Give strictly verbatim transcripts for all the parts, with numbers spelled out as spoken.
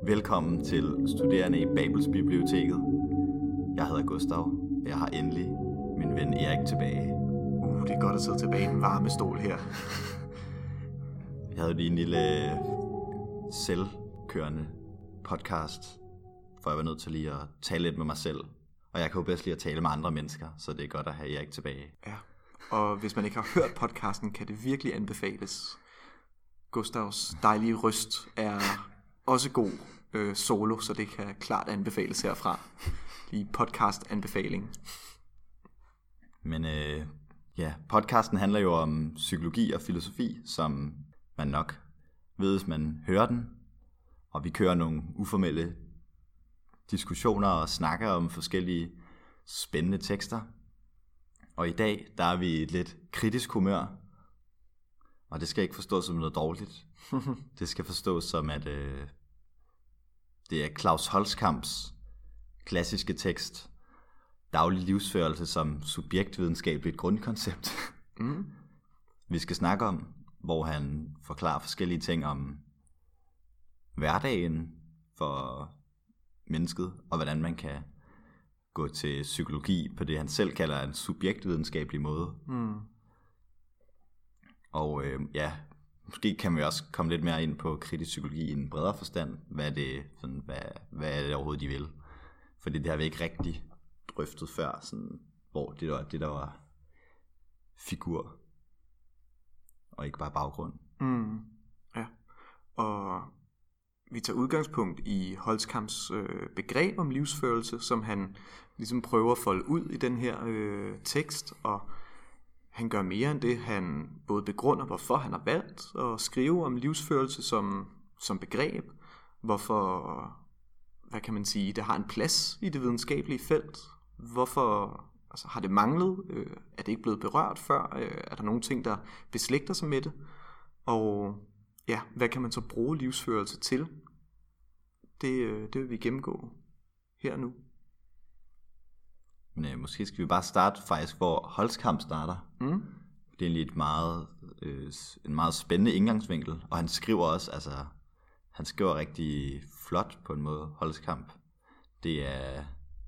Velkommen til Studerende i Babels Biblioteket. Jeg hedder Gustav, og jeg har endelig min ven Erik tilbage. Uh, det er godt at sidde tilbage i den varme stol her. Jeg havde lige en lille selvkørende podcast, for jeg var nødt til lige at tale lidt med mig selv. Og jeg kan jo bedst lide at tale med andre mennesker, så det er godt at have Erik tilbage. Ja, og hvis man ikke har hørt podcasten, kan det virkelig anbefales. Gustavs dejlige røst er også god øh, solo, så det kan klart anbefales herfra. Lige podcast-anbefaling. Men øh, ja, podcasten handler jo om psykologi og filosofi, som man nok ved, hvis man hører den. Og vi kører nogle uformelle diskussioner og snakker om forskellige spændende tekster. Og i dag, der er vi i et lidt kritisk humør. Og det skal ikke forstås som noget dårligt. Det skal forstås som, at øh, det er Klaus Holzkamps klassiske tekst, Daglig livsførelse som subjektvidenskabeligt grundkoncept. Mm. Vi skal snakke om, hvor han forklarer forskellige ting om hverdagen for mennesket, og hvordan man kan gå til psykologi på det, han selv kalder en subjektvidenskabelig måde. Mm. Og øh, ja, måske kan vi også komme lidt mere ind på kritisk psykologi i en bredere forstand. Hvad er det, sådan, hvad, hvad er det overhovedet, de vil? Fordi det har vi ikke rigtig drøftet før, sådan, hvor det der, det der var figur, og ikke bare baggrund. Mm. Ja, og vi tager udgangspunkt i Holzkamps øh, begreb om livsførelse, som han ligesom prøver at folde ud i den her øh, tekst, og han gør mere end det. Han både begrunder, hvorfor han har valgt at skrive om livsførelse som, som begreb, hvorfor, hvad kan man sige, det har en plads i det videnskabelige felt, hvorfor altså, har det manglet, øh, er det ikke blevet berørt før, øh, er der nogle ting, der beslægter sig med det, og ja, hvad kan man så bruge livsførelse til? Det, øh, det vil vi gennemgå her nu. Men øh, måske skal vi bare starte faktisk, hvor Holzkamp starter. Mm. Det er egentlig et meget, øh, en meget spændende indgangsvinkel, og han skriver også, altså, han skriver rigtig flot på en måde, Holzkamp. Det er,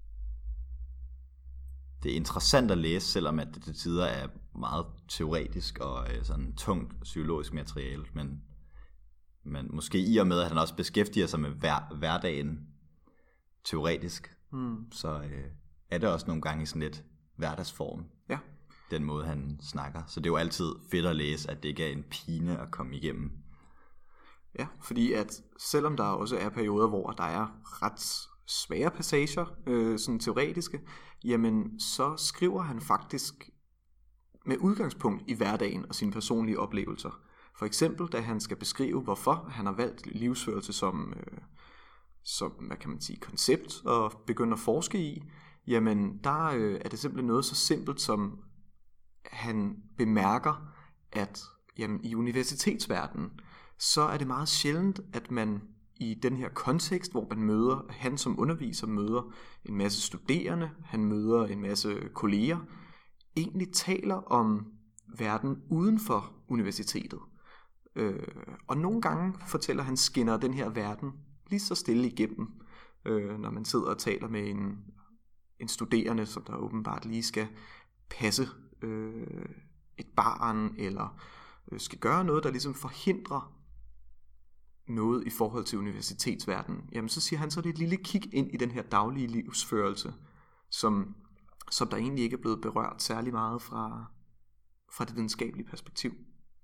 det er interessant at læse, selvom at det til tider er meget teoretisk og øh, sådan tungt psykologisk materiale, men, men måske i og med, at han også beskæftiger sig med hver, hverdagen teoretisk, mm. så øh, er det også nogle gange i sådan lidt hverdagsform, ja. Den måde han snakker. Så det er jo altid fedt at læse, at det ikke er en pine at komme igennem. Ja, fordi at selvom der også er perioder, hvor der er ret svære passager, øh, sådan teoretiske, jamen så skriver han faktisk med udgangspunkt i hverdagen og sine personlige oplevelser. For eksempel, da han skal beskrive, hvorfor han har valgt livsførelse som, øh, som hvad kan man sige, koncept og begynde at forske i, jamen der øh, er det simpelthen noget så simpelt som, han bemærker, at jamen, i universitetsverdenen, så er det meget sjældent, at man i den her kontekst, hvor man møder, han som underviser møder en masse studerende, han møder en masse kolleger, egentlig taler om verden uden for universitetet. Øh, og nogle gange fortæller han, skinner den her verden lige så stille igennem, øh, når man sidder og taler med en, en studerende, som der åbenbart lige skal passe øh, et barn, eller øh, skal gøre noget, der ligesom forhindrer noget i forhold til universitetsverdenen. Jamen så siger han, så er det et lille kig ind i den her daglige livsførelse, som, som der egentlig ikke er blevet berørt særlig meget fra, fra det videnskabelige perspektiv.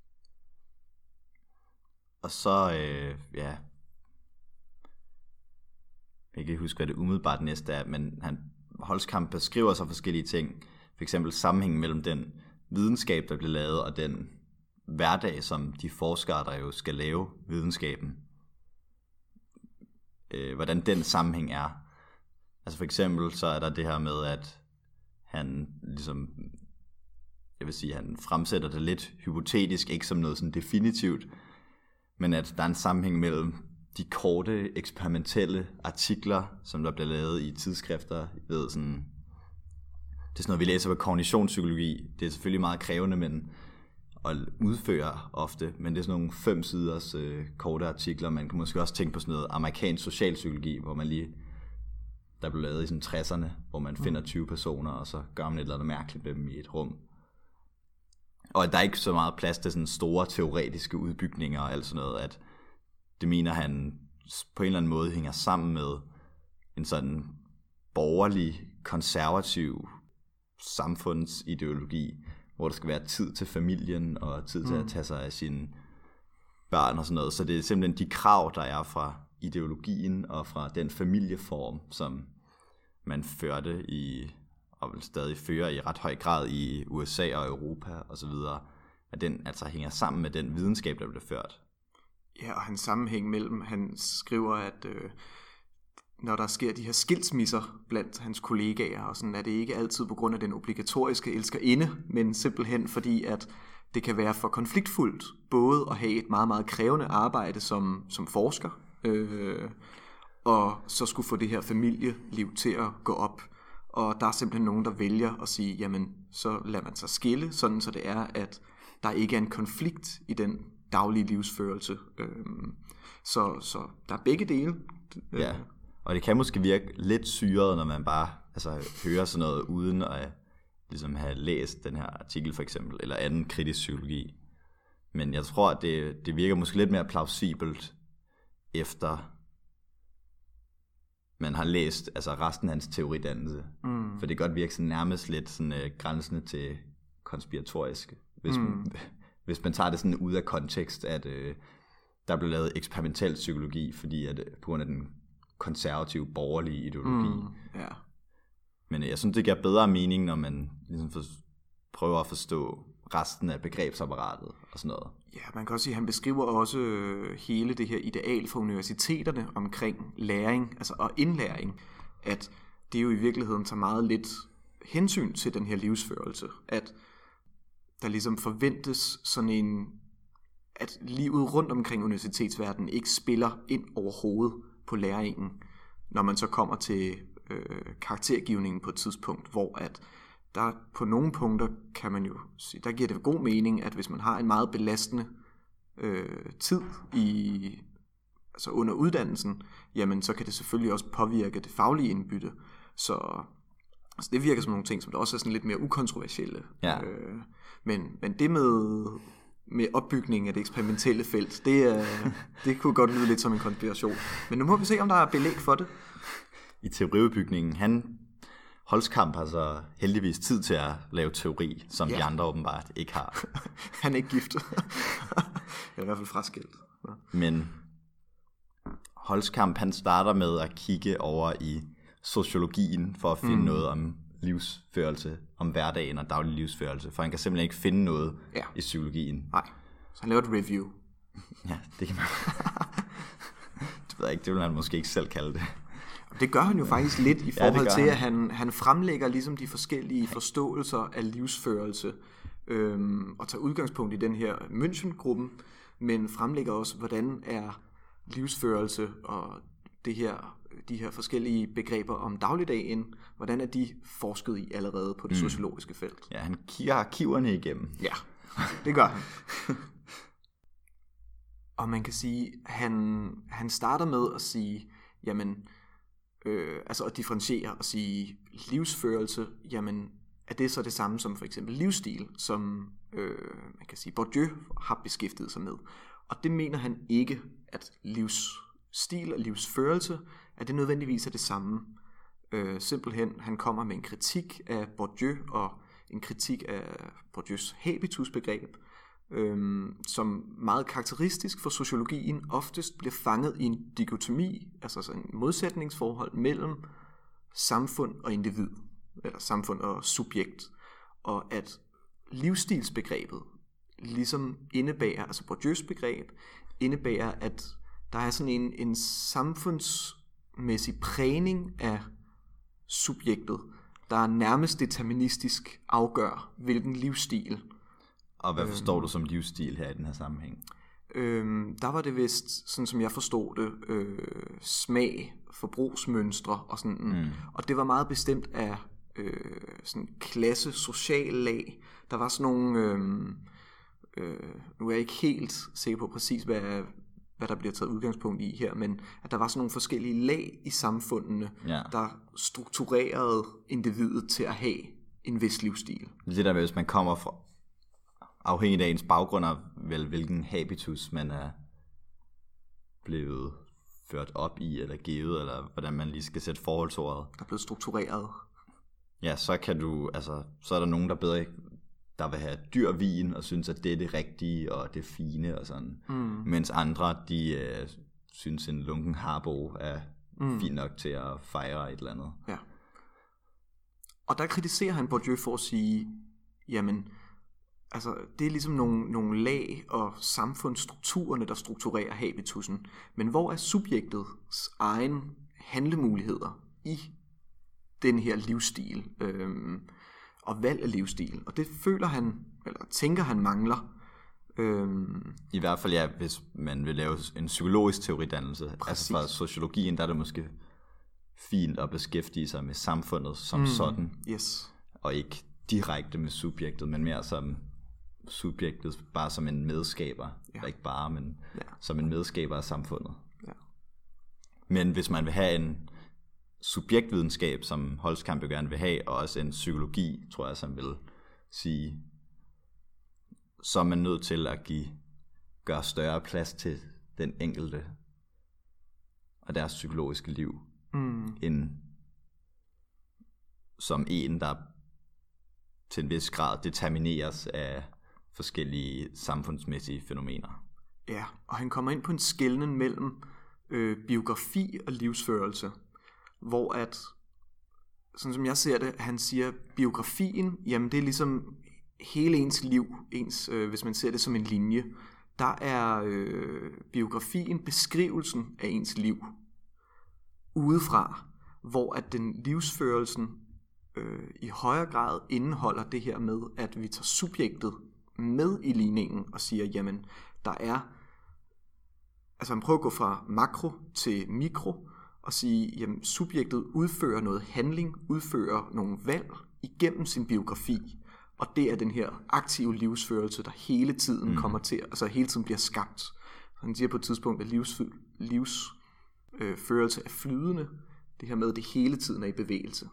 Og så, øh, ja, jeg kan ikke huske, hvad det umiddelbart næste er, men han, Holzkamp beskriver så forskellige ting, for eksempel sammenhængen mellem den videnskab, der bliver lavet, og den hverdag, som de forskere, der jo skal lave videnskaben, øh, hvordan den sammenhæng er. Altså for eksempel, så er der det her med, at han ligesom, jeg vil sige, han fremsætter det lidt hypotetisk, ikke som noget sådan definitivt, men at der er en sammenhæng mellem de korte, eksperimentelle artikler, som der bliver lavet i tidsskrifter, ved sådan, det er sådan noget, vi læser på kognitionspsykologi. Det er selvfølgelig meget krævende, men og udfører ofte, men det er sådan nogle fem siders øh, korte artikler. Man kan måske også tænke på sådan noget amerikansk socialpsykologi, hvor man lige, der blev lavet i sådan tresserne, hvor man finder tyve personer, og så gør man et eller andet mærkeligt med dem i et rum. Og der er ikke så meget plads til sådan store teoretiske udbygninger og alt sådan noget, at det mener han på en eller anden måde hænger sammen med en sådan borgerlig, konservativ samfundsideologi, hvor der skal være tid til familien og tid til mm. at tage sig af sine børn og sådan noget. Så det er simpelthen de krav, der er fra ideologien og fra den familieform, som man førte i, og vil stadig føre i ret høj grad i U S A og Europa og så videre, at den altså hænger sammen med den videnskab, der bliver ført. Ja, og hans sammenhæng mellem, han skriver, at øh, når der sker de her skilsmisser blandt hans kollegaer, og sådan er det ikke altid på grund af den obligatoriske elskerinde, men simpelthen fordi, at det kan være for konfliktfuldt, både at have et meget, meget krævende arbejde som, som forsker, øh, og så skulle få det her familieliv til at gå op. Og der er simpelthen nogen, der vælger at sige, jamen, så lader man sig skille, sådan så det er, at der ikke er en konflikt i den daglige livsførelse. Så, så der er begge dele. Ja, og det kan måske virke lidt syret, når man bare altså, hører sådan noget, uden at ligesom, have læst den her artikel for eksempel, eller anden kritisk psykologi. Men jeg tror, at det, det virker måske lidt mere plausibelt, efter man har læst altså resten af hans teoridannelse. Mm. For det kan godt virke sådan nærmest lidt sådan, uh, grænsende til konspiratorisk, hvis, mm. man, hvis man tager det sådan ud af kontekst, at uh, der blev lavet eksperimentel psykologi, fordi at, uh, på grund af den konservative borgerlige ideologi. Mm. Ja. Men uh, jeg synes, det giver bedre mening, når man ligesom for, prøver at forstå resten af begrebsapparatet og sådan noget. Ja, man kan også sige, at han beskriver også hele det her ideal for universiteterne omkring læring, altså og indlæring, at det jo i virkeligheden tager meget lidt hensyn til den her livsførelse, at der ligesom forventes sådan en, at livet rundt omkring universitetsverdenen ikke spiller ind overhovedet på læringen, når man så kommer til øh, karaktergivningen på et tidspunkt, hvor at der på nogle punkter kan man jo sige, der giver det god mening, at hvis man har en meget belastende øh, tid i, altså under uddannelsen, jamen så kan det selvfølgelig også påvirke det faglige indbytte. Så altså det virker som nogle ting, som der også er sådan lidt mere ukontroversielle. Ja. Øh, men, men det med, med opbygningen af det eksperimentelle felt, det, øh, det kunne godt lyde lidt som en konspiration. Men nu må vi se, om der er belæg for det. I teoriudbygningen, han Holzkamp har så heldigvis tid til at lave teori, som ja. de andre åbenbart ikke har. Han er ikke gift. Eller i hvert fald fraskilt. Ja. Men Holzkamp, han starter med at kigge over i sociologien for at finde mm. noget om livsførelse, om hverdagen og daglig livsførelse, for han kan simpelthen ikke finde noget ja. i psykologien. Nej, så han laver et review. Ja, det kan man. Det ved jeg ikke, det vil man måske ikke selv kalde det. Det gør han jo faktisk lidt i forhold ja, til, at han, han fremlægger ligesom de forskellige forståelser af livsførelse, øhm, og tager udgangspunkt i den her München-gruppen, men fremlægger også, hvordan er livsførelse og det her, de her forskellige begreber om dagligdagen, hvordan er de forsket i allerede på det mm. sociologiske felt. Ja, han kigger arkiverne igennem. Ja, det gør han. Og man kan sige, han, han starter med at sige, jamen, Øh, altså at differentiere og sige livsførelse, jamen er det så det samme som for eksempel livsstil, som øh, man kan sige Bourdieu har beskæftiget sig med. Og det mener han ikke, at livsstil og livsførelse, at det nødvendigvis er det samme. Øh, simpelthen, han kommer med en kritik af Bourdieu og en kritik af Bourdieus habitusbegreb, Øhm, som meget karakteristisk for sociologien oftest bliver fanget i en dikotomi, altså sådan en modsætningsforhold mellem samfund og individ, eller samfund og subjekt, og at livsstilsbegrebet ligesom indebærer, altså Bourdieus begreb, indebærer, at der er sådan en, en samfundsmæssig prægning af subjektet, der nærmest deterministisk afgør, hvilken livsstil. Og hvad forstår øhm, du som livsstil her i den her sammenhæng? Øhm, der var det vist, sådan som jeg forstod det, øh, smag, forbrugsmønstre og sådan. Mm. Og det var meget bestemt af øh, sådan klasse, social lag. Der var sådan nogle, øh, øh, nu er jeg ikke helt sikker på præcis, hvad, hvad der bliver taget udgangspunkt i her, men at der var sådan nogle forskellige lag i samfundene, ja. der strukturerede individet til at have en vis livsstil. Det der med, hvis man kommer fra, afhængigt af ens baggrund, og vel hvilken habitus man er blevet ført op i, eller givet, eller hvordan man lige skal sætte forholdsordet. Der er blevet struktureret. Ja, så kan du, altså, så er der nogen, der bedre, der vil have dyr vin, og synes, at det er det rigtige, og det fine, og sådan. Mm. Mens andre, de øh, synes, en lunken harbo er mm. fin nok til at fejre et eller andet. Ja. Og der kritiserer han Bourdieu for at sige, jamen, altså, det er ligesom nogle, nogle lag og samfundsstrukturerne, der strukturerer habitusen. Men hvor er subjektets egen handlemuligheder i den her livsstil øhm, og valg af livsstil? Og det føler han, eller tænker han mangler. Øhm, I hvert fald ja, hvis man vil lave en psykologisk teoridannelse. Præcis. Altså fra sociologien, der er det måske fint at beskæftige sig med samfundet som mm, sådan. Yes. Og ikke direkte med subjektet, men mere som subjektet bare som en medskaber. Ja. Ikke bare, men ja. som en medskaber af samfundet. Ja. Men hvis man vil have en subjektvidenskab, som Holzkamp jo gerne vil have, og også en psykologi, tror jeg, som vil sige, så er man nødt til at give, gøre større plads til den enkelte og deres psykologiske liv, mm. end som en, der til en vis grad determineres af forskellige samfundsmæssige fænomener. Ja, og han kommer ind på en skelnen mellem øh, biografi og livsførelse, hvor at, sådan som jeg ser det, han siger, biografien, jamen det er ligesom hele ens liv, ens, øh, hvis man ser det som en linje. Der er øh, biografien beskrivelsen af ens liv udefra, hvor at den livsførelsen øh, i højere grad indeholder det her med, at vi tager subjektet med i ligningen og siger, jamen der er, altså man prøver at gå fra makro til mikro og sige, jamen subjektet udfører noget handling, udfører nogle valg igennem sin biografi, og det er den her aktive livsførelse, der hele tiden mm. kommer til, altså hele tiden bliver skabt. Så han siger på et tidspunkt, at livsførelse livs, øh, førelse er flydende, det her med, at det hele tiden er i bevægelse.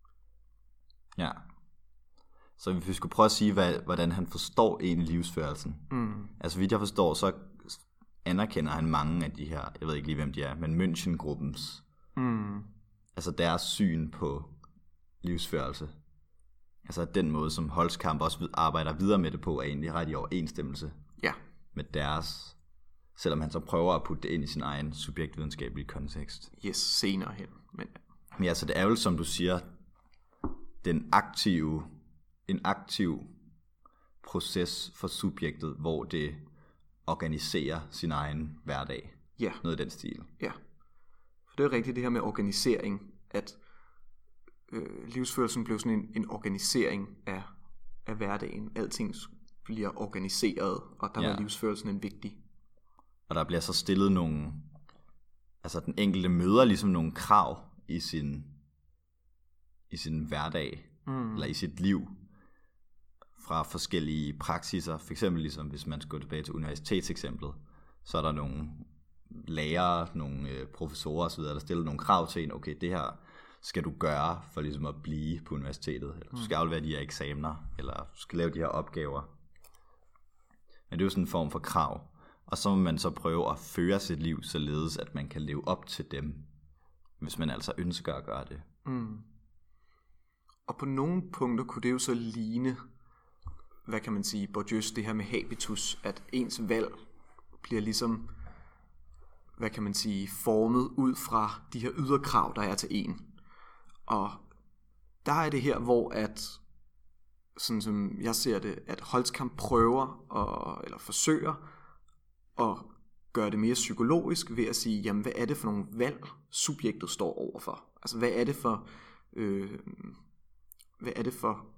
Ja. Så hvis vi skulle prøve at sige, hvad, hvordan han forstår egentlig livsførelsen. Mm. Altså vidt jeg forstår, så anerkender han mange af de her, jeg ved ikke lige, hvem de er, men München-gruppens, mm. altså deres syn på livsførelse. Altså den måde, som Holzkamp også arbejder videre med det på, er egentlig ret i overensstemmelse ja. med deres, selvom han så prøver at putte det ind i sin egen subjektvidenskabelige kontekst. Yes, senere hen. Men, Men altså det er jo, som du siger, den aktive, en aktiv proces for subjektet, hvor det organiserer sin egen hverdag. Ja. Noget i den stil. Ja. For det er rigtigt det her med organisering, at øh, livsførelsen blev sådan en, en organisering af, af hverdagen. Alting bliver organiseret, og der ja. var livsførelsen en vigtig. Og der bliver så stillet nogle, altså den enkelte møder ligesom nogle krav i sin, i sin hverdag, mm. eller i sit liv, fra forskellige praksiser. For eksempel ligesom, hvis man skal gå tilbage til universitetseksemplet, så er der nogle lærere, nogle øh, professorer osv., der stiller nogle krav til en, okay, det her skal du gøre for ligesom at blive på universitetet, eller du skal aflevere de her eksamener, eller du skal lave de her opgaver. Men det er jo sådan en form for krav. Og så må man så prøve at føre sit liv, således at man kan leve op til dem, hvis man altså ønsker at gøre det. Mm. Og på nogle punkter kunne det jo så ligne, hvad kan man sige, Bourdieu's det her med habitus, at ens valg bliver ligesom, hvad kan man sige, formet ud fra de her ydre krav, der er til en. Og der er det her, hvor at, sådan som jeg ser det, at Holzkamp prøver, at, eller forsøger at gøre det mere psykologisk ved at sige, jamen hvad er det for nogle valg, subjektet står overfor? Altså hvad er det for, øh, hvad er det for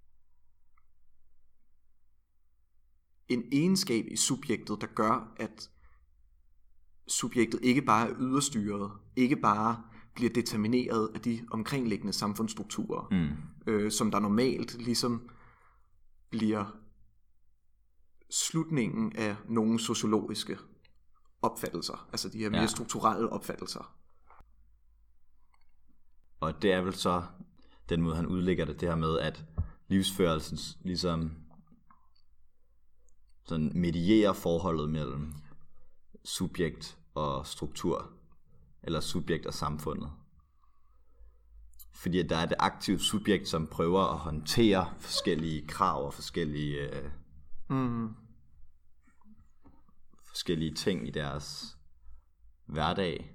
en egenskab i subjektet, der gør, at subjektet ikke bare er yderstyret, ikke bare bliver determineret af de omkringliggende samfundsstrukturer, mm. øh, som der normalt ligesom bliver slutningen af nogle sociologiske opfattelser, altså de her mere Ja. strukturelle opfattelser. Og det er vel så den måde, han udlægger det, det her med, at livsførelsen ligesom sådan medierer forholdet mellem subjekt og struktur, eller subjekt og samfundet. Fordi at der er det aktive subjekt, som prøver at håndtere forskellige krav og forskellige, øh, Mm. forskellige ting i deres hverdag.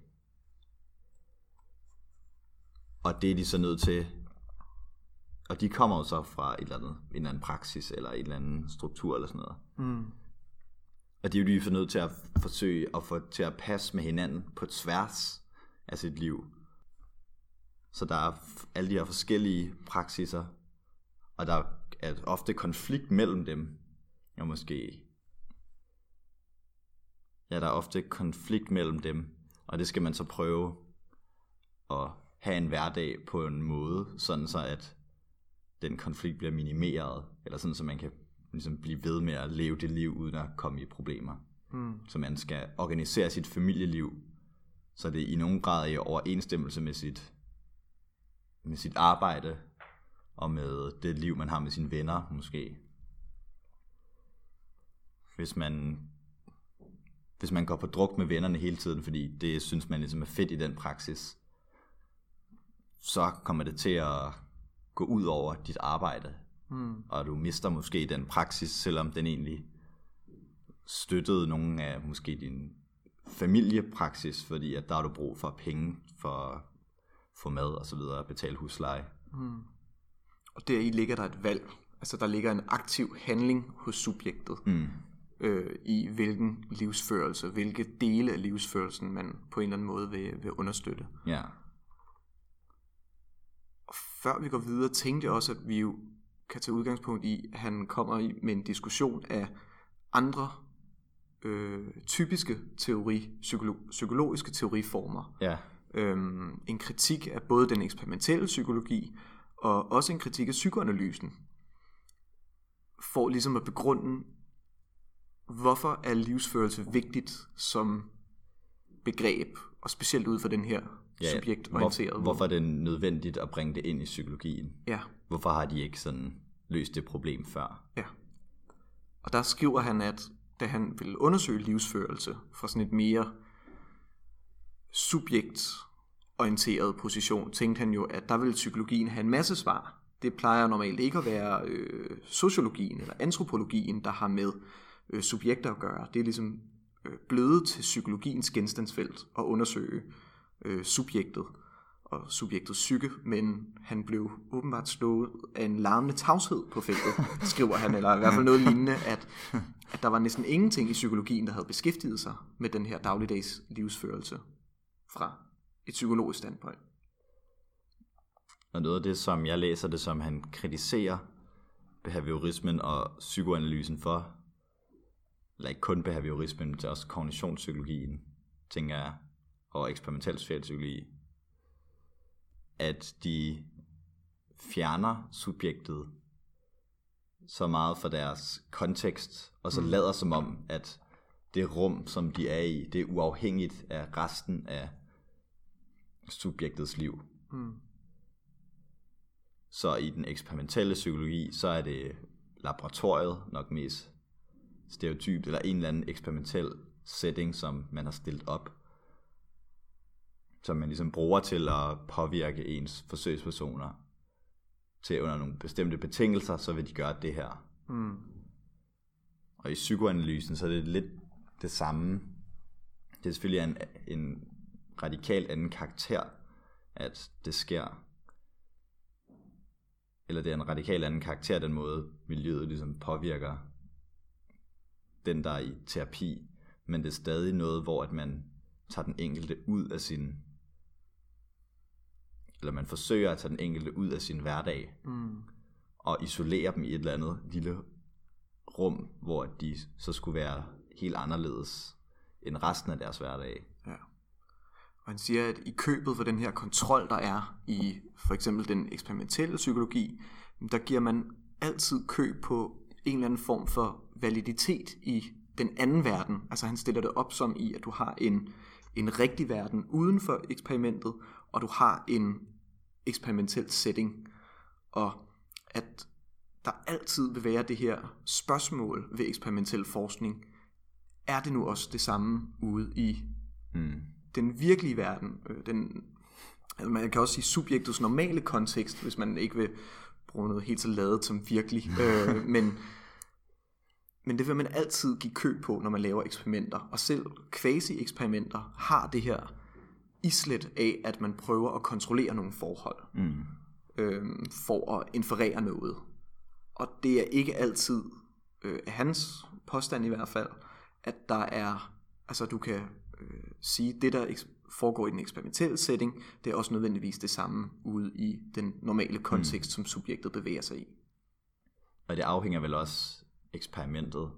Og det er de så nødt til, og de kommer jo så fra et eller andet, en eller anden praksis, eller en eller anden struktur, eller sådan noget. Mm. Og de er jo lige så nødt til at forsøge at få til at passe med hinanden på tværs af sit liv. Så der er alle de her forskellige praksiser, og der er ofte konflikt mellem dem. Og måske, ja, der er ofte konflikt mellem dem, og det skal man så prøve at have en hverdag på en måde, sådan så at den konflikt bliver minimeret, eller sådan så man kan ligesom blive ved med at leve det liv uden at komme i problemer. Mm. Så man skal organisere sit familieliv, så det i nogen grad er i overensstemmelse med sit, med sit arbejde, og med det liv, man har med sine venner, måske. Hvis man, hvis man går på druk med vennerne hele tiden, fordi det synes man ligesom er fedt i den praksis, så kommer det til at gå ud over dit arbejde. Mm. Og du mister måske den praksis, selvom den egentlig støttede nogle af måske din familiepraksis, fordi at der har du brug for penge for at få mad og så videre, betale husleje. Mm. Og deri ligger der et valg. Altså der ligger en aktiv handling hos subjektet. Mm. Øh, i hvilken livsførelse, hvilke dele af livsførelsen man på en eller anden måde vil, vil understøtte. Ja. Og før vi går videre, tænkte jeg også, at vi jo kan tage udgangspunkt i, at han kommer i med en diskussion af andre øh, typiske teori, psykolo- psykologiske teoriformer. Ja. Øhm, en kritik af både den eksperimentelle psykologi, og også en kritik af psykoanalysen, for ligesom at begrunde, hvorfor er livsførelse vigtigt som begreb, og specielt ud fra den her Ja, subjektorienterede. hvor, hvorfor er det nødvendigt at bringe det ind i psykologien? Ja. Hvorfor har de ikke sådan løst det problem før? Ja. Og der skriver han, at da han ville undersøge livsførelse fra sådan et mere subjektorienteret position, tænkte han jo, at der ville psykologien have en masse svar. Det plejer normalt ikke at være øh, sociologien eller antropologien, der har med øh, subjekter at gøre. Det er ligesom øh, blevet til psykologiens genstandsfelt at undersøge øh, subjektet og subjektets psyke, men han blev åbenbart slået af en larmende tavshed på feltet, skriver han, eller i hvert fald noget lignende, at, at der var næsten ingenting i psykologien, der havde beskæftiget sig med den her dagligdags livsførelse fra et psykologisk standpunkt. Og noget af det, som jeg læser det, som han kritiserer behaviorismen og psykoanalysen for, eller ikke kun behaviorismen, men også kognitionspsykologien, tænker jeg, og eksperimentel socialpsykologi, at de fjerner subjektet så meget fra deres kontekst, og så mm. lader som om, at det rum, som de er i, det er uafhængigt af resten af subjektets liv. Mm. Så i den eksperimentelle psykologi, så er det laboratoriet nok mest stereotypt, eller en eller anden eksperimentel setting, som man har stillet op, som man ligesom bruger til at påvirke ens forsøgspersoner til under nogle bestemte betingelser, så vil de gøre det her. Mm. Og i psykoanalysen, så er det lidt det samme. Det er selvfølgelig en, en radikalt anden karakter, at det sker. Eller det er en radikalt anden karakter, den måde miljøet ligesom påvirker den, der er i terapi. Men det er stadig noget, hvor at man tager den enkelte ud af sin, eller man forsøger at tage den enkelte ud af sin hverdag, Mm. og isolere dem i et eller andet lille rum, hvor de så skulle være helt anderledes end resten af deres hverdag. Ja. Og han siger, at i købet for den her kontrol, der er i for eksempel den eksperimentelle psykologi, der giver man altid køb på en eller anden form for validitet i den anden verden. Altså han stiller det op som i, at du har en, en rigtig verden uden for eksperimentet, og du har en eksperimentel setting, og at der altid vil være det her spørgsmål ved eksperimentel forskning. Er det nu også det samme ude i mm. den virkelige verden? Den, altså man kan også sige subjektets normale kontekst, hvis man ikke vil bruge noget helt så ladet som virkelig. øh, men, men det vil man altid give køb på, når man laver eksperimenter. Og selv quasi-eksperimenter har det her islet af, at man prøver at kontrollere nogle forhold. Mm. Øh, for at inferere noget. Og det er ikke altid, øh, hans påstand i hvert fald, at der er, altså du kan øh, sige, det der eks- foregår i den eksperimentelle setting, det er også nødvendigvis det samme ude i den normale kontekst, mm. som subjektet bevæger sig i. Og det afhænger vel også eksperimentet.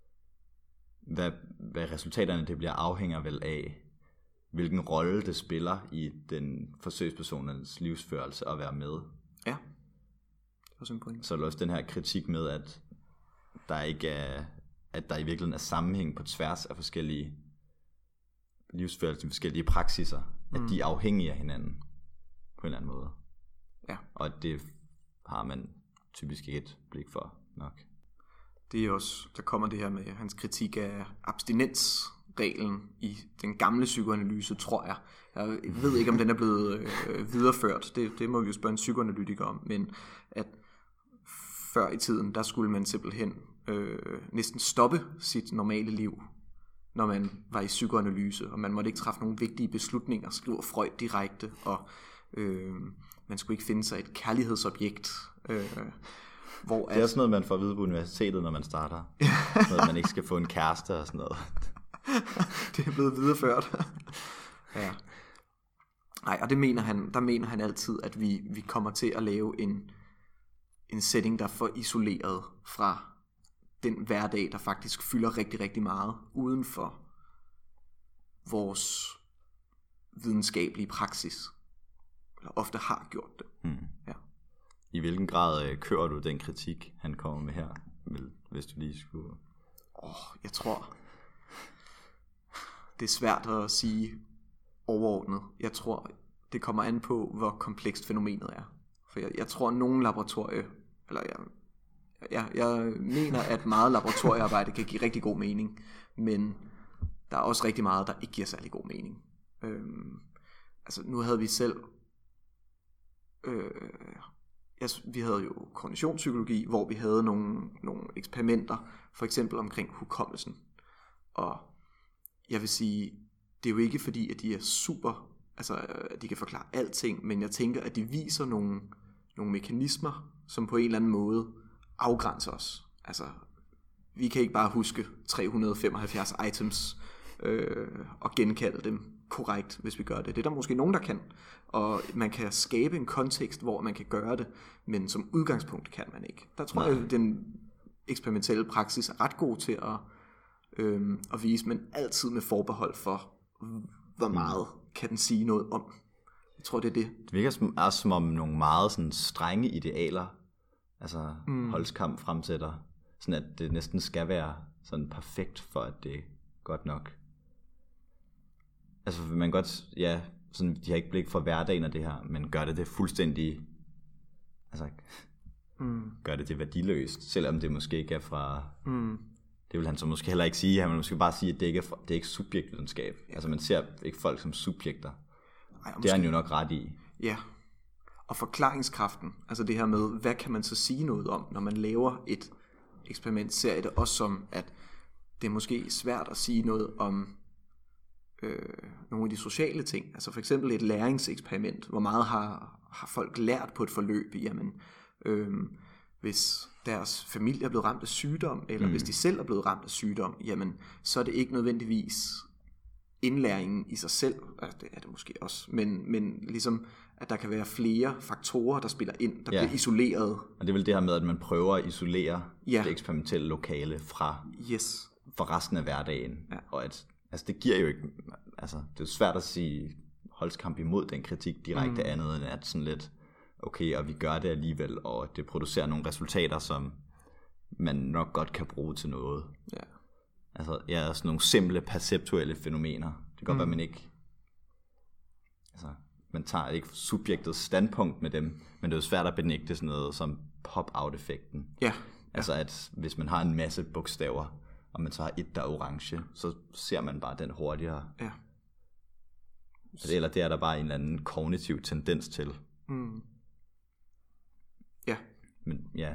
Hvad, hvad resultaterne det bliver afhænger vel af, hvilken rolle det spiller i den forsøgspersonens livsførelse at være med. Ja, det er også en point. Så er der også den her kritik med, at der ikke er, at der i virkeligheden er sammenhæng på tværs af forskellige livsførelser, forskellige praksiser, mm. at de er afhængige af hinanden på en eller anden måde. Ja. Og det har man typisk ikke et blik for nok. Det er også, der kommer det her med hans kritik af abstinensreglen i den gamle psykoanalyse, tror jeg. Jeg ved ikke, om den er blevet øh, videreført. Det, det må vi jo spørge en psykoanalytiker om. Men at før i tiden, der skulle man simpelthen øh, næsten stoppe sit normale liv, når man var i psykoanalyse. Og man måtte ikke træffe nogle vigtige beslutninger, skriver Freud direkte. Og øh, man skulle ikke finde sig et kærlighedsobjekt. Øh, hvor det er at, også noget, man får at vide på universitetet, når man starter. Noget, man ikke skal få en kæreste og sådan noget. Det er blevet videreført. Ja. Nej, og det mener han, der mener han altid, at vi, vi kommer til at lave en, en setting, der er for isoleret fra den hverdag, der faktisk fylder rigtig, rigtig meget uden for vores videnskabelige praksis. Eller ofte har gjort det. Hmm. Ja. I hvilken grad øh, kører du den kritik, han kommer med her, hvis du lige skulle... Åh, oh, jeg tror, det er svært at sige overordnet. Jeg tror, det kommer an på, hvor komplekst fænomenet er. For jeg, jeg tror, at nogle laboratorier, eller jeg, jeg, jeg mener, at meget laboratoriearbejde kan give rigtig god mening, men der er også rigtig meget, der ikke giver særlig god mening. Øhm, altså, nu havde vi selv... Øh, yes, vi havde jo kognitionspsykologi, hvor vi havde nogle, nogle eksperimenter, for eksempel omkring hukommelsen. Og jeg vil sige, det er jo ikke fordi, at de er super, altså at de kan forklare alting, men jeg tænker, at de viser nogle, nogle mekanismer, som på en eller anden måde afgrænser os. Altså, vi kan ikke bare huske tre hundrede og femoghalvfjerds items øh, og genkalde dem korrekt, hvis vi gør det. Det er der måske nogen, der kan. Og man kan skabe en kontekst, hvor man kan gøre det, men som udgangspunkt kan man ikke. Der tror Nej. jeg, at den eksperimentelle praksis er ret god til at, øhm, at vise, men altid med forbehold for, hvor meget kan den sige noget om. Jeg tror, det er det. Det virker som, også som om nogle meget sådan, strenge idealer, altså mm. Holzkamp fremsætter, sådan at det næsten skal være sådan perfekt, for at det er godt nok. Altså man godt, ja, sådan, de har ikke blik for hverdagen af det her, men gør det det fuldstændig, altså mm. gør det det værdiløst, selvom det måske ikke er fra, mm. det vil han så måske heller ikke sige, han vil måske bare sige, at det ikke er, fra, det er ikke subjektvidenskab, ja. Altså man ser ikke folk som subjekter. Ej, det er han jo nok ret i. Ja, og forklaringskraften, altså det her med, hvad kan man så sige noget om, når man laver et eksperiment, ser jeg det også som, at det er måske svært at sige noget om øh, nogle af de sociale ting, altså for eksempel et læringseksperiment, hvor meget har, har folk lært på et forløb, jamen øh, hvis deres familie er blevet ramt af sygdom, eller mm. hvis de selv er blevet ramt af sygdom, jamen så er det ikke nødvendigvis indlæringen i sig selv, altså det er det måske også, men, men ligesom at der kan være flere faktorer, der spiller ind, der ja. bliver isoleret. Og det er vel det her med, at man prøver at isolere ja. det eksperimentelle lokale fra, yes. fra resten af hverdagen. Ja. Og at, altså det giver jo ikke, altså det er svært at sige Holzkamp imod den kritik direkte mm. andet, end at sådan lidt, okay, og vi gør det alligevel, og det producerer nogle resultater, som man nok godt kan bruge til noget. Ja. Altså, ja, sådan nogle simple perceptuelle fænomener. Det kan godt Mm. være, man ikke... Altså, man tager ikke subjektets standpunkt med dem, men det er jo svært at benægte sådan noget som pop-out-effekten. Ja. Altså, at hvis man har en masse bogstaver, og man så har et, der er orange, så ser man bare den hurtigere. Ja. Altså, eller det er der bare en eller anden kognitiv tendens til. Mm. Ja. Men ja...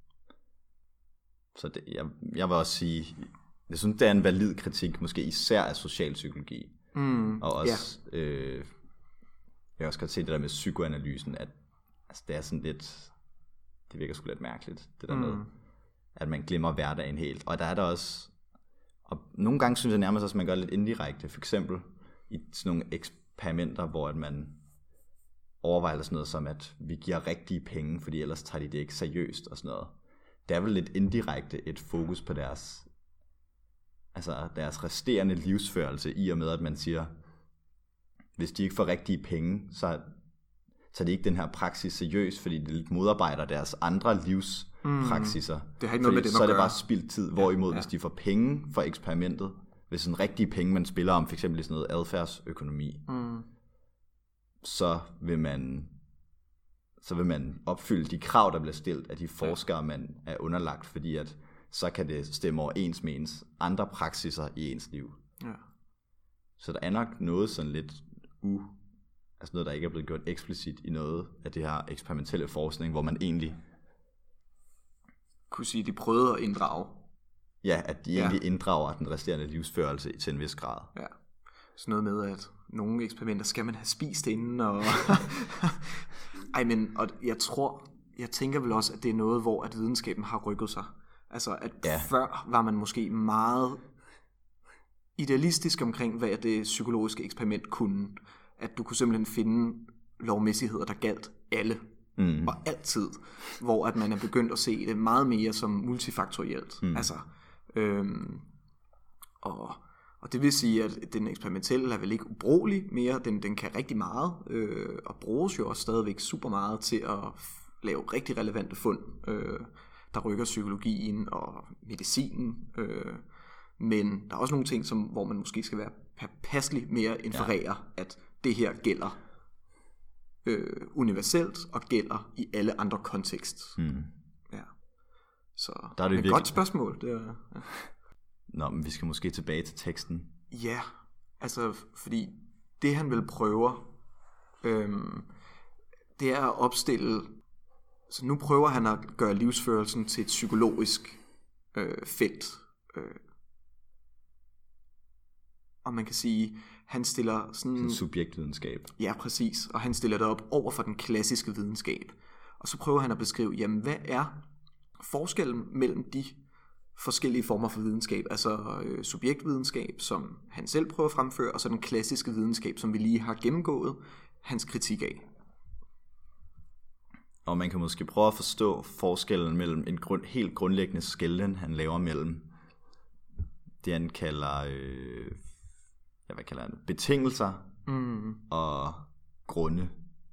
Så det, jeg, jeg vil også sige, jeg synes, det er en valid kritik, måske især af socialpsykologi. Mm, og også, ja. øh, jeg kan også godt se det der med psykoanalysen, at altså, det er sådan lidt, det virker sgu lidt mærkeligt, det der mm. med, at man glemmer hverdagen helt. Og der er der også, og nogle gange synes jeg nærmest også, at man gør lidt indirekte, for eksempel i sådan nogle eksperimenter, hvor at man overvejer sådan noget som, at vi giver rigtige penge, fordi ellers tager de det ikke seriøst og sådan noget. Det er vel lidt indirekte et fokus på deres, altså deres resterende livsførelse, i og med at man siger, hvis de ikke får rigtige penge, så tager de ikke den her praksis seriøst, fordi det lidt modarbejder deres andre livspraksiser. Mm. Det har ikke noget med det, så er det gøre. bare spildt tid, hvorimod ja, ja. hvis de får penge for eksperimentet, hvis sådan rigtige penge, man spiller om, for eksempel i sådan noget adfærdsøkonomi, mm. så vil man så vil man opfylde de krav, der bliver stillet af de forskere, man er underlagt, fordi at så kan det stemme overens med ens andre praksiser i ens liv. Ja. Så der er nok noget sådan lidt u, altså noget, der ikke er blevet gjort eksplicit i noget af det her eksperimentelle forskning, hvor man egentlig kunne sige, at de prøvede at inddrage. Ja, at de ja. egentlig inddrager den resterende livsførelse til en vis grad. Ja. Sådan noget med, at nogle eksperimenter skal man have spist inden, og ej, men og jeg tror, jeg tænker vel også, at det er noget, hvor at videnskaben har rykket sig. Altså, at ja. før var man måske meget idealistisk omkring, hvad det psykologiske eksperiment kunne. At du kunne simpelthen finde lovmæssigheder, der galt alle. Mm. Og altid. Hvor at man er begyndt at se det meget mere som multifaktorielt. Mm. Altså, øhm, og, og det vil sige, at den eksperimentelle er vel ikke ubrugelig mere. Den, den kan rigtig meget, øh, og bruges jo også stadigvæk super meget til at f- lave rigtig relevante fund, øh, der rykker psykologien og medicinen. Øh, men der er også nogle ting, som, hvor man måske skal være påpasselig med at inferere, ja. At det her gælder øh, universelt og gælder i alle andre kontekster. Mm. Ja. Så der er det et virkelig... godt spørgsmål. Det er, ja. Nå, men vi skal måske tilbage til teksten. Ja, altså fordi det han vil prøve, øhm, det er at opstille, så nu prøver han at gøre livsførelsen til et psykologisk øh, felt. Øh. Og man kan sige, han stiller sådan... En subjektvidenskab. Ja, præcis. Og han stiller det op over for den klassiske videnskab. Og så prøver han at beskrive, jamen hvad er forskellen mellem de forskellige former for videnskab, altså øh, subjektvidenskab, som han selv prøver at fremføre, og så den klassiske videnskab, som vi lige har gennemgået hans kritik af. Og man kan måske prøve at forstå forskellen mellem en grund, helt grundlæggende skelnen, han laver mellem det, han kalder, øh, ja, hvad kalder han, betingelser mm. og grunde.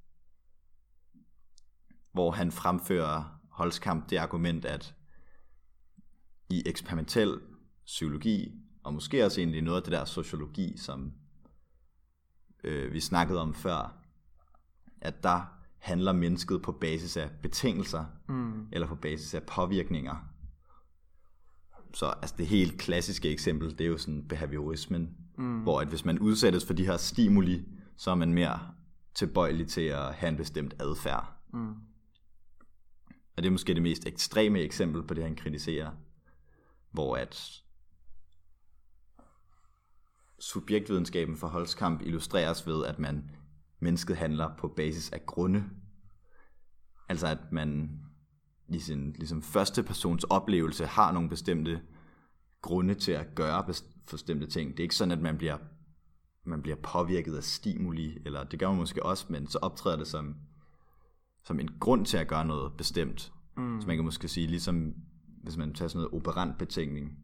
Hvor han fremfører Holzkamp det argument, at i eksperimentel psykologi, og måske også egentlig noget af det der sociologi, som øh, vi snakkede om før, at der handler mennesket på basis af betingelser, mm. eller på basis af påvirkninger. Så altså det helt klassiske eksempel, det er jo sådan behaviorismen, mm. hvor at hvis man udsættes for de her stimuli, så er man mere tilbøjelig til at have en bestemt adfærd. Mm. Og det er måske det mest ekstreme eksempel på det, han kritiserer, hvor at subjektvidenskaben for Holzkamp illustreres ved, at man mennesket handler på basis af grunde. Altså at man i sin ligesom første persons oplevelse har nogle bestemte grunde til at gøre bestemte ting. Det er ikke sådan, at man bliver, man bliver påvirket af stimuli, eller det gør man måske også, men så optræder det som, som en grund til at gøre noget bestemt. Mm. Så man kan måske sige, ligesom hvis man tager sådan noget operant betingning,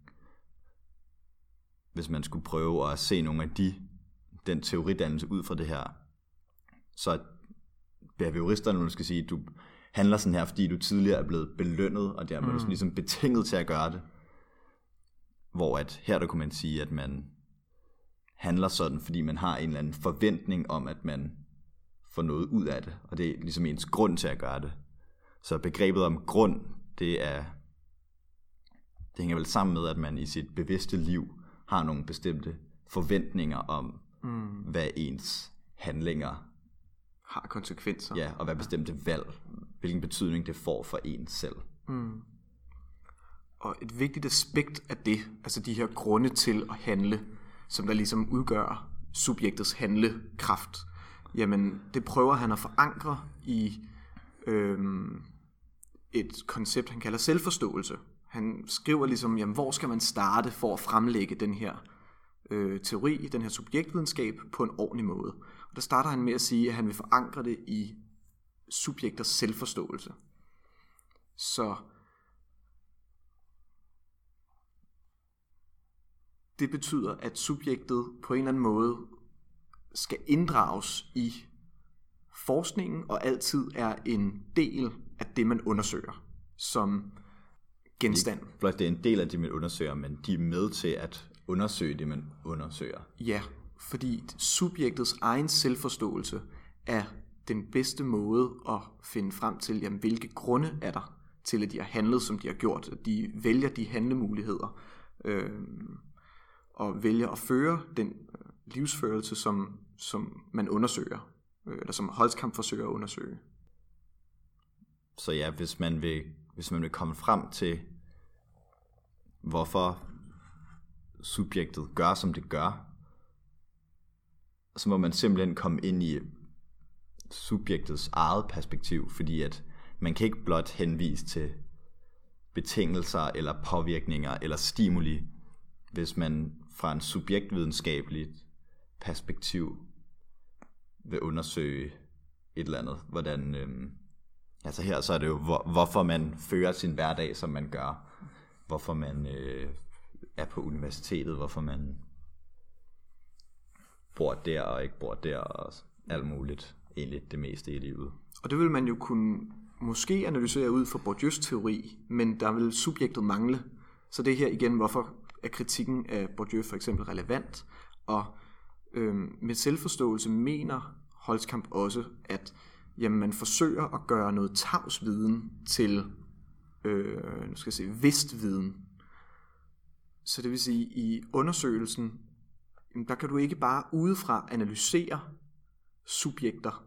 hvis man skulle prøve at se nogle af de, den teoridannelse ud fra det her, så behavioristerne måske sige, du, handler sådan her, fordi du tidligere er blevet belønnet, og dermed mm. er du ligesom betinget til at gøre det. Hvor at her der kunne man sige, at man handler sådan, fordi man har en eller anden forventning om, at man får noget ud af det, og det er ligesom ens grund til at gøre det. Så begrebet om grund, det er det hænger vel sammen med, at man i sit bevidste liv har nogle bestemte forventninger om, mm. hvad ens handlinger har konsekvenser. Ja, og hvad bestemte valg, hvilken betydning det får for en selv. Mm. Og et vigtigt aspekt af det, altså de her grunde til at handle, som der ligesom udgør subjektets handlekraft, jamen det prøver han at forankre i øhm, et koncept, han kalder selvforståelse. Han skriver ligesom, jamen hvor skal man starte for at fremlægge den her øh, teori, den her subjektvidenskab på en ordentlig måde. Og der starter han med at sige, at han vil forankre det i subjekters selvforståelse. Så det betyder, at subjektet på en eller anden måde skal inddrages i forskningen, og altid er en del af det, man undersøger som genstand. Ikke blot det er en del af det, man undersøger, men de er med til at undersøge det, man undersøger. Ja, fordi subjektets egen selvforståelse er den bedste måde at finde frem til, jamen, hvilke grunde er der til, at de har handlet, som de har gjort. De vælger de handlemuligheder, øh, og vælger at føre den livsførelse, som, som man undersøger, øh, eller som Holzkamp forsøger at undersøge. Så ja, hvis man vil, hvis man vil komme frem til, hvorfor subjektet gør, som det gør, så må man simpelthen komme ind i subjektets eget perspektiv, fordi at man kan ikke blot henvise til betingelser eller påvirkninger eller stimuli, hvis man fra en subjektvidenskabelig perspektiv vil undersøge et eller andet, hvordan øhm, altså her så er det jo hvor, hvorfor man fører sin hverdag, som man gør, hvorfor man øh, er på universitetet, hvorfor man bor der og ikke bor der og alt muligt, egentlig det meste i livet. Og det vil man jo kunne måske analysere ud fra Bourdieus teori, men der vil subjektet mangle. Så det her igen, hvorfor er kritikken af Bourdieu for eksempel relevant? Og øhm, med selvforståelse mener Holzkamp også, at jamen, man forsøger at gøre noget tavs viden til øh, nu skal jeg sige, vist viden. Så det vil sige, i undersøgelsen, der kan du ikke bare udefra analysere subjekter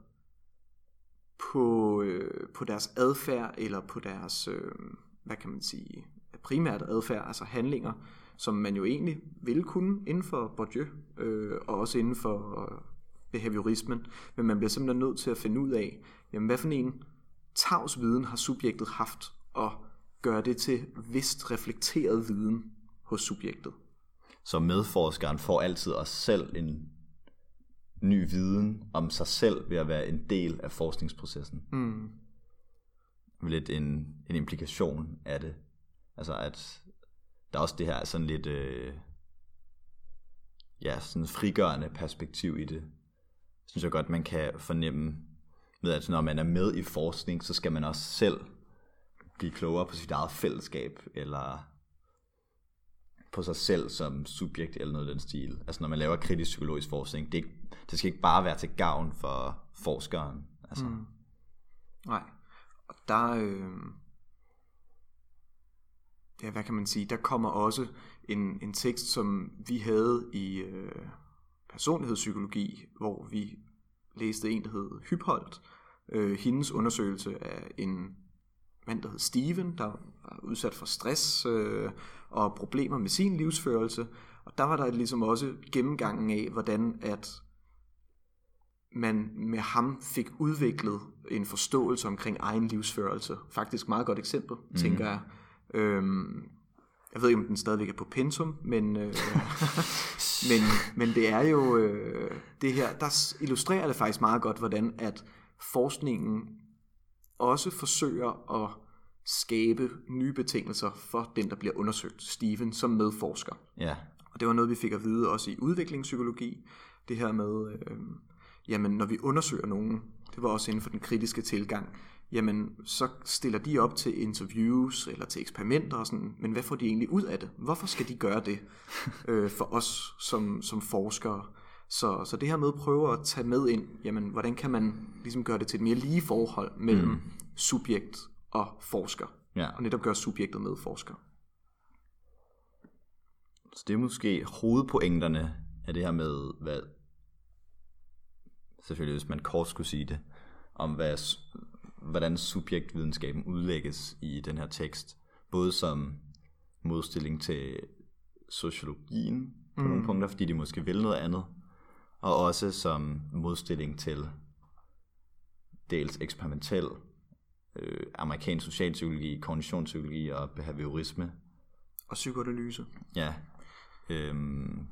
på, øh, på deres adfærd, eller på deres, øh, hvad kan man sige, primært adfærd, altså handlinger, som man jo egentlig ville kunne inden for Bourdieu, øh, og også inden for øh, behaviorismen, men man bliver simpelthen nødt til at finde ud af, jamen hvad for en tavs viden har subjektet haft, og gøre det til vist reflekteret viden hos subjektet. Så medforskeren får altid også selv en ny viden om sig selv ved at være en del af forskningsprocessen. Mm. Lidt en, en implikation af det. Altså at der er også det her sådan lidt øh, ja, sådan frigørende perspektiv i det. Synes jeg godt, man kan fornemme med, at når man er med i forskning, så skal man også selv blive klogere på sit eget fællesskab, eller på sig selv som subjekt, eller noget af den stil. Altså når man laver kritisk psykologisk forskning, det, det skal ikke bare være til gavn for forskeren. Altså. Mm. Nej, og der, øh, ja, hvad kan man sige, der kommer også en, en tekst, som vi havde i øh, personlighedspsykologi, hvor vi læste en, der hed Hypholt, øh, hendes undersøgelse af en mand, der hed Steven, der var udsat for stress øh, og problemer med sin livsførelse. Og der var der ligesom også gennemgangen af, hvordan at man med ham fik udviklet en forståelse omkring egen livsførelse. Faktisk meget godt eksempel, mm. tænker jeg. Øhm, jeg ved ikke, om den stadigvæk er på pensum, men, øh, men, men det er jo øh, det her, der illustrerer det faktisk meget godt, hvordan at forskningen også forsøger at skabe nye betingelser for den, der bliver undersøgt, Steven, som medforsker. Ja. Og det var noget, vi fik at vide også i udviklingspsykologi. Det her med, øh, jamen når vi undersøger nogen, det var også inden for den kritiske tilgang, jamen så stiller de op til interviews eller til eksperimenter og sådan, men hvad får de egentlig ud af det? Hvorfor skal de gøre det øh, for os som, som forskere? Så, så det her med at prøve at tage med ind, jamen hvordan kan man ligesom gøre det til et mere lige forhold mellem mm. subjekt og forsker, ja. og netop gøre subjektet med forsker. Så det er måske hovedpointerne af det her med, hvad, selvfølgelig hvis man kort skulle sige det, om hvad, hvordan subjektvidenskaben udlægges i den her tekst, både som modstilling til sociologien på mm. nogle punkter, fordi de måske vil noget andet, og også som modstilling til dels eksperimentel øh, amerikansk socialpsykologi, kognitionspsykologi og behaviorisme. Og psykoanalyse. Ja. Øhm,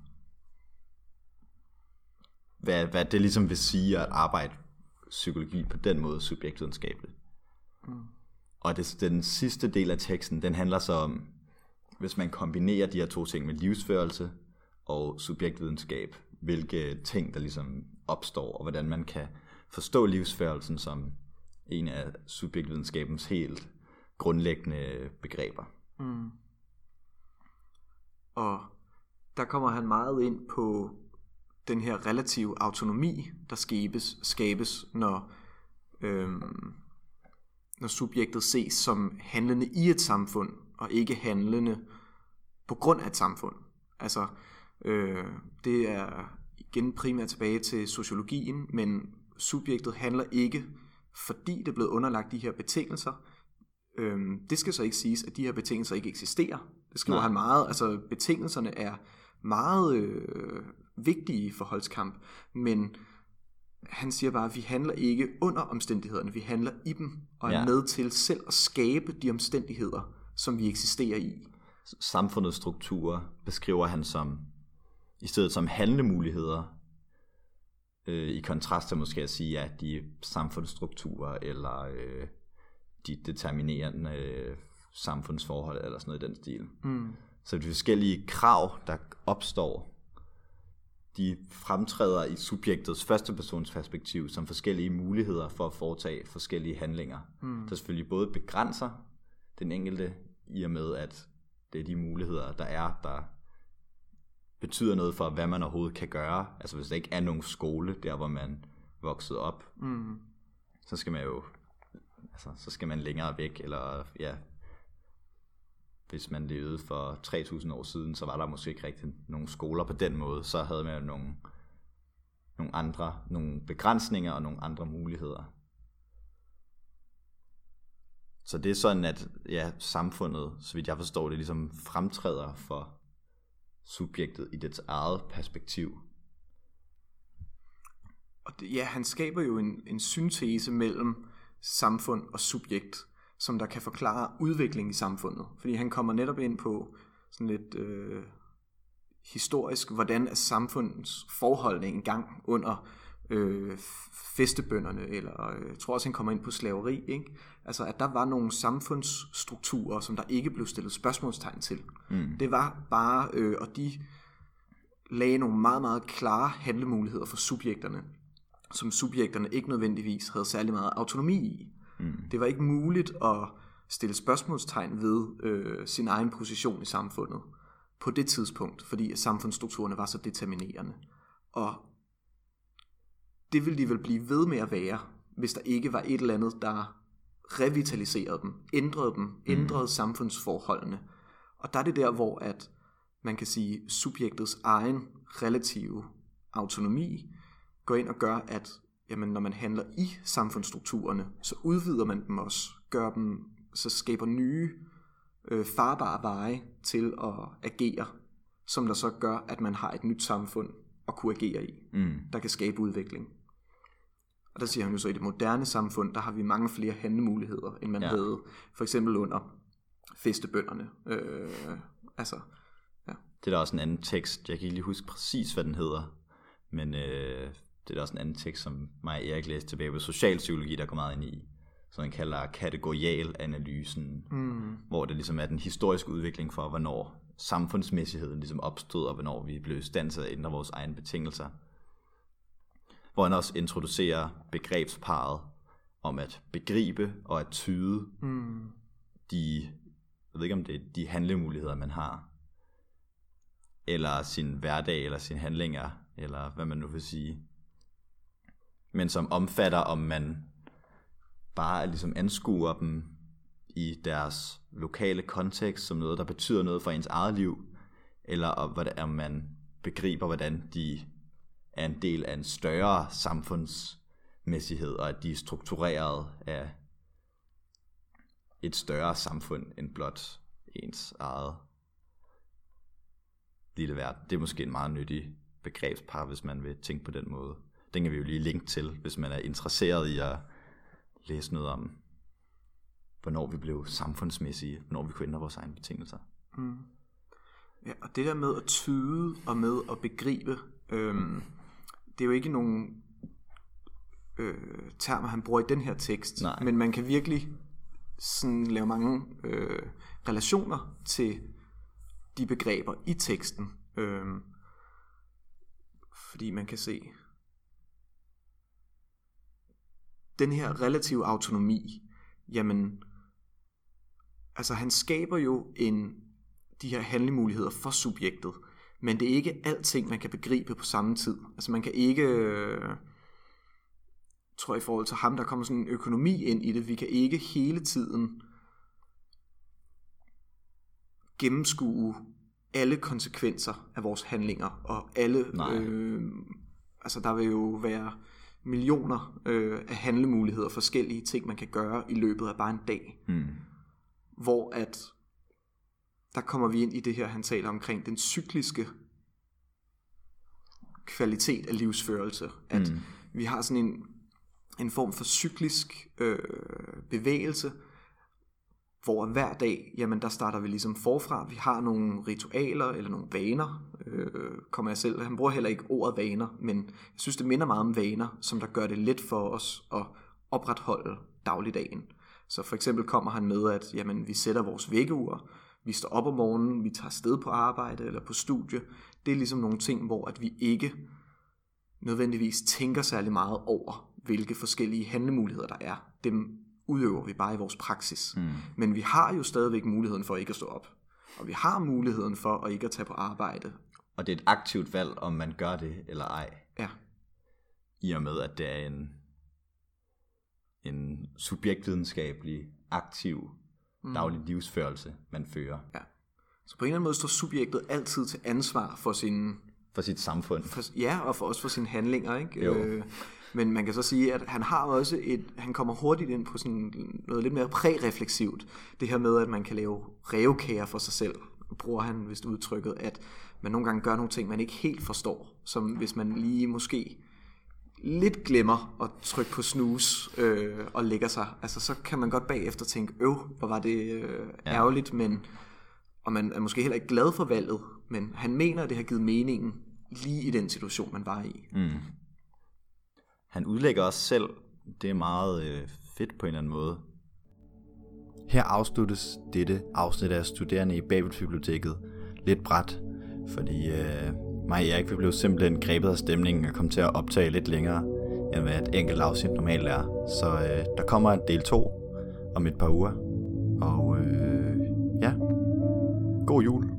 hvad, hvad det ligesom vil sige at arbejde psykologi på den måde subjektvidenskabeligt. Mm. Og det, den sidste del af teksten, den handler så om, hvis man kombinerer de her to ting med livsførelse og subjektvidenskab, hvilke ting der ligesom opstår, og hvordan man kan forstå livsførelsen som en af subjektvidenskabens helt grundlæggende begreber. Mm. Og der kommer han meget ind på den her relative autonomi, der skabes, skabes når, øhm, når subjektet ses som handlende i et samfund, og ikke handlende på grund af et samfund. Altså, øh, det er igen primært tilbage til sociologien, men subjektet handler ikke, fordi det er blevet underlagt de her betingelser. Øhm, det skal så ikke siges, at de her betingelser ikke eksisterer. Det skriver Nej. han meget. Altså, betingelserne er meget øh, vigtige for Holtzkamp, men han siger bare, at vi handler ikke under omstændighederne, vi handler i dem, og er ja. med til selv at skabe de omstændigheder, som vi eksisterer i. Samfundets strukturer beskriver han som, i stedet som handlemuligheder, øh, i kontrast til måske at sige, at de samfundsstrukturer, eller øh, de determinerende øh, samfundsforhold, eller sådan noget i den stil. Mm. Så de forskellige krav, der opstår, de fremtræder i subjektets førstepersonsperspektiv som forskellige muligheder for at foretage forskellige handlinger. Mm. Der selvfølgelig både begrænser den enkelte, i og med at det er de muligheder, der er, der betyder noget for, hvad man overhovedet kan gøre. Altså hvis der ikke er nogen skole, der hvor man voksede op, mm. så skal man jo, altså, så skal man længere væk, eller ja, hvis man levede for tre tusind år siden, så var der måske ikke rigtig nogen skoler på den måde. Så havde man jo nogle, nogle andre, nogle begrænsninger og nogle andre muligheder. Så det er sådan, at ja, samfundet, så vidt jeg forstår det, ligesom fremtræder for subjektet i dets eget perspektiv. Og det, ja, han skaber jo en, en syntese mellem samfund og subjekt, som der kan forklare udviklingen i samfundet. Fordi han kommer netop ind på sådan lidt øh, historisk, hvordan er samfundets forholdning engang under øh, fæstebønderne, eller øh, jeg tror også, han kommer ind på slaveri, ikke? Altså, at der var nogle samfundsstrukturer, som der ikke blev stillet spørgsmålstegn til. Mm. Det var bare, øh, og de lagde nogle meget, meget klare handlemuligheder for subjekterne, som subjekterne ikke nødvendigvis havde særlig meget autonomi i. Mm. Det var ikke muligt at stille spørgsmålstegn ved øh, sin egen position i samfundet på det tidspunkt, fordi samfundsstrukturerne var så determinerende. Og det ville de vel blive ved med at være, hvis der ikke var et eller andet, der revitaliserede dem, ændrede dem, ændrede mm. samfundsforholdene. Og der er det der, hvor at man kan sige, subjektets egen relative autonomi går ind og gør, at jamen, når man handler i samfundsstrukturerne, så udvider man dem også, gør dem, så skaber nye øh, farbare veje til at agere, som der så gør, at man har et nyt samfund at kunne agere i, mm. der kan skabe udvikling. Og der siger han jo så, at i det moderne samfund, der har vi mange flere handlemuligheder, end man ja. havde for eksempel under fæstebønderne. Øh, altså, ja. Det er da også en anden tekst, jeg kan ikke lige huske præcis, hvad den hedder, men øh, det er da også en anden tekst, som mig og Erik læste tilbage på socialpsykologi, der går meget ind i, som man kalder kategorialanalysen, mm. hvor det ligesom er den historiske udvikling for, hvornår samfundsmæssigheden ligesom opstod, og hvornår vi blev i stand til at ændre vores egne betingelser. Hvor han også introducerer begrebsparet om at begribe og at tyde Mm. de, jeg ved ikke om det er de handlemuligheder, man har, eller sin hverdag, eller sine handlinger, eller hvad man nu vil sige, men som omfatter, om man bare ligesom anskuer dem i deres lokale kontekst, som noget, der betyder noget for ens eget liv, eller om man begriber, hvordan de er en del af en større samfundsmæssighed, og at de er struktureret af et større samfund end blot ens eget lille verden. Det er måske en meget nyttig begrebspar, hvis man vil tænke på den måde. Den kan vi jo lige linke til, hvis man er interesseret i at læse noget om, hvornår vi blev samfundsmæssige, hvornår vi kunne ændre vores egne betingelser. Mm. Ja, og det der med at tyde og med at begribe, øhm, det er jo ikke nogen øh, termer, han bruger i den her tekst, Nej. men man kan virkelig sådan lave mange øh, relationer til de begreber i teksten, øhm, fordi man kan se den her relative autonomi. Jamen, altså han skaber jo en de her handlemuligheder for subjektet, men det er ikke alting, man kan begribe på samme tid. Altså man kan ikke, øh, tror jeg i forhold til ham, der kommer sådan en økonomi ind i det, vi kan ikke hele tiden gennemskue alle konsekvenser af vores handlinger, og alle, øh, altså der vil jo være millioner øh, af handlemuligheder, forskellige ting, man kan gøre i løbet af bare en dag. Hmm. Hvor at der kommer vi ind i det her, han taler omkring den cykliske kvalitet af livsførelse. At Mm. vi har sådan en, en form for cyklisk øh, bevægelse, hvor hver dag, jamen der starter vi ligesom forfra. Vi har nogle ritualer eller nogle vaner, øh, kommer jeg selv. Han bruger heller ikke ordet vaner, men jeg synes, det minder meget om vaner, som der gør det let for os at opretholde dagligdagen. Så for eksempel kommer han med, at jamen, vi sætter vores vækkeur, vi står op om morgenen, vi tager afsted på arbejde eller på studie. Det er ligesom nogle ting, hvor at vi ikke nødvendigvis tænker særlig meget over, hvilke forskellige handlemuligheder der er. Dem udøver vi bare i vores praksis. Mm. Men vi har jo stadigvæk muligheden for ikke at stå op. Og vi har muligheden for at ikke at tage på arbejde. Og det er et aktivt valg, om man gør det eller ej. Ja. I og med, at det er en, en subjektvidenskabelig, aktiv, mm. daglig livsførelse, man fører. Ja. Så på en eller anden måde står subjektet altid til ansvar for sin... For sit samfund. For, ja, og for også for sine handlinger, ikke? Jo. Øh, men man kan så sige, at han har også et, han kommer hurtigt ind på sådan noget lidt mere prærefleksivt. Det her med, at man kan lave rævekager for sig selv, bruger han vist udtrykket, at man nogle gange gør nogle ting, man ikke helt forstår. Som hvis man lige måske lidt glemmer at trykke på snooze øh, og lægger sig. Altså så kan man godt bagefter tænke, øv, hvor var det øh, ærgerligt, men... Og man er måske heller ikke glad for valget, men han mener, at det har givet meningen lige i den situation, man var i. Mm. Han udlægger også selv, det er meget øh, fedt på en eller anden måde. Her afsluttes dette afsnit af Studerende i Babelsbiblioteket lidt brat, fordi øh, mig og Erik vi blev simpelthen grebet af stemningen og kom til at optage lidt længere, end hvad et enkelt afsnit normalt er. Så øh, der kommer en del to om et par uger, og øh, ja, god jul.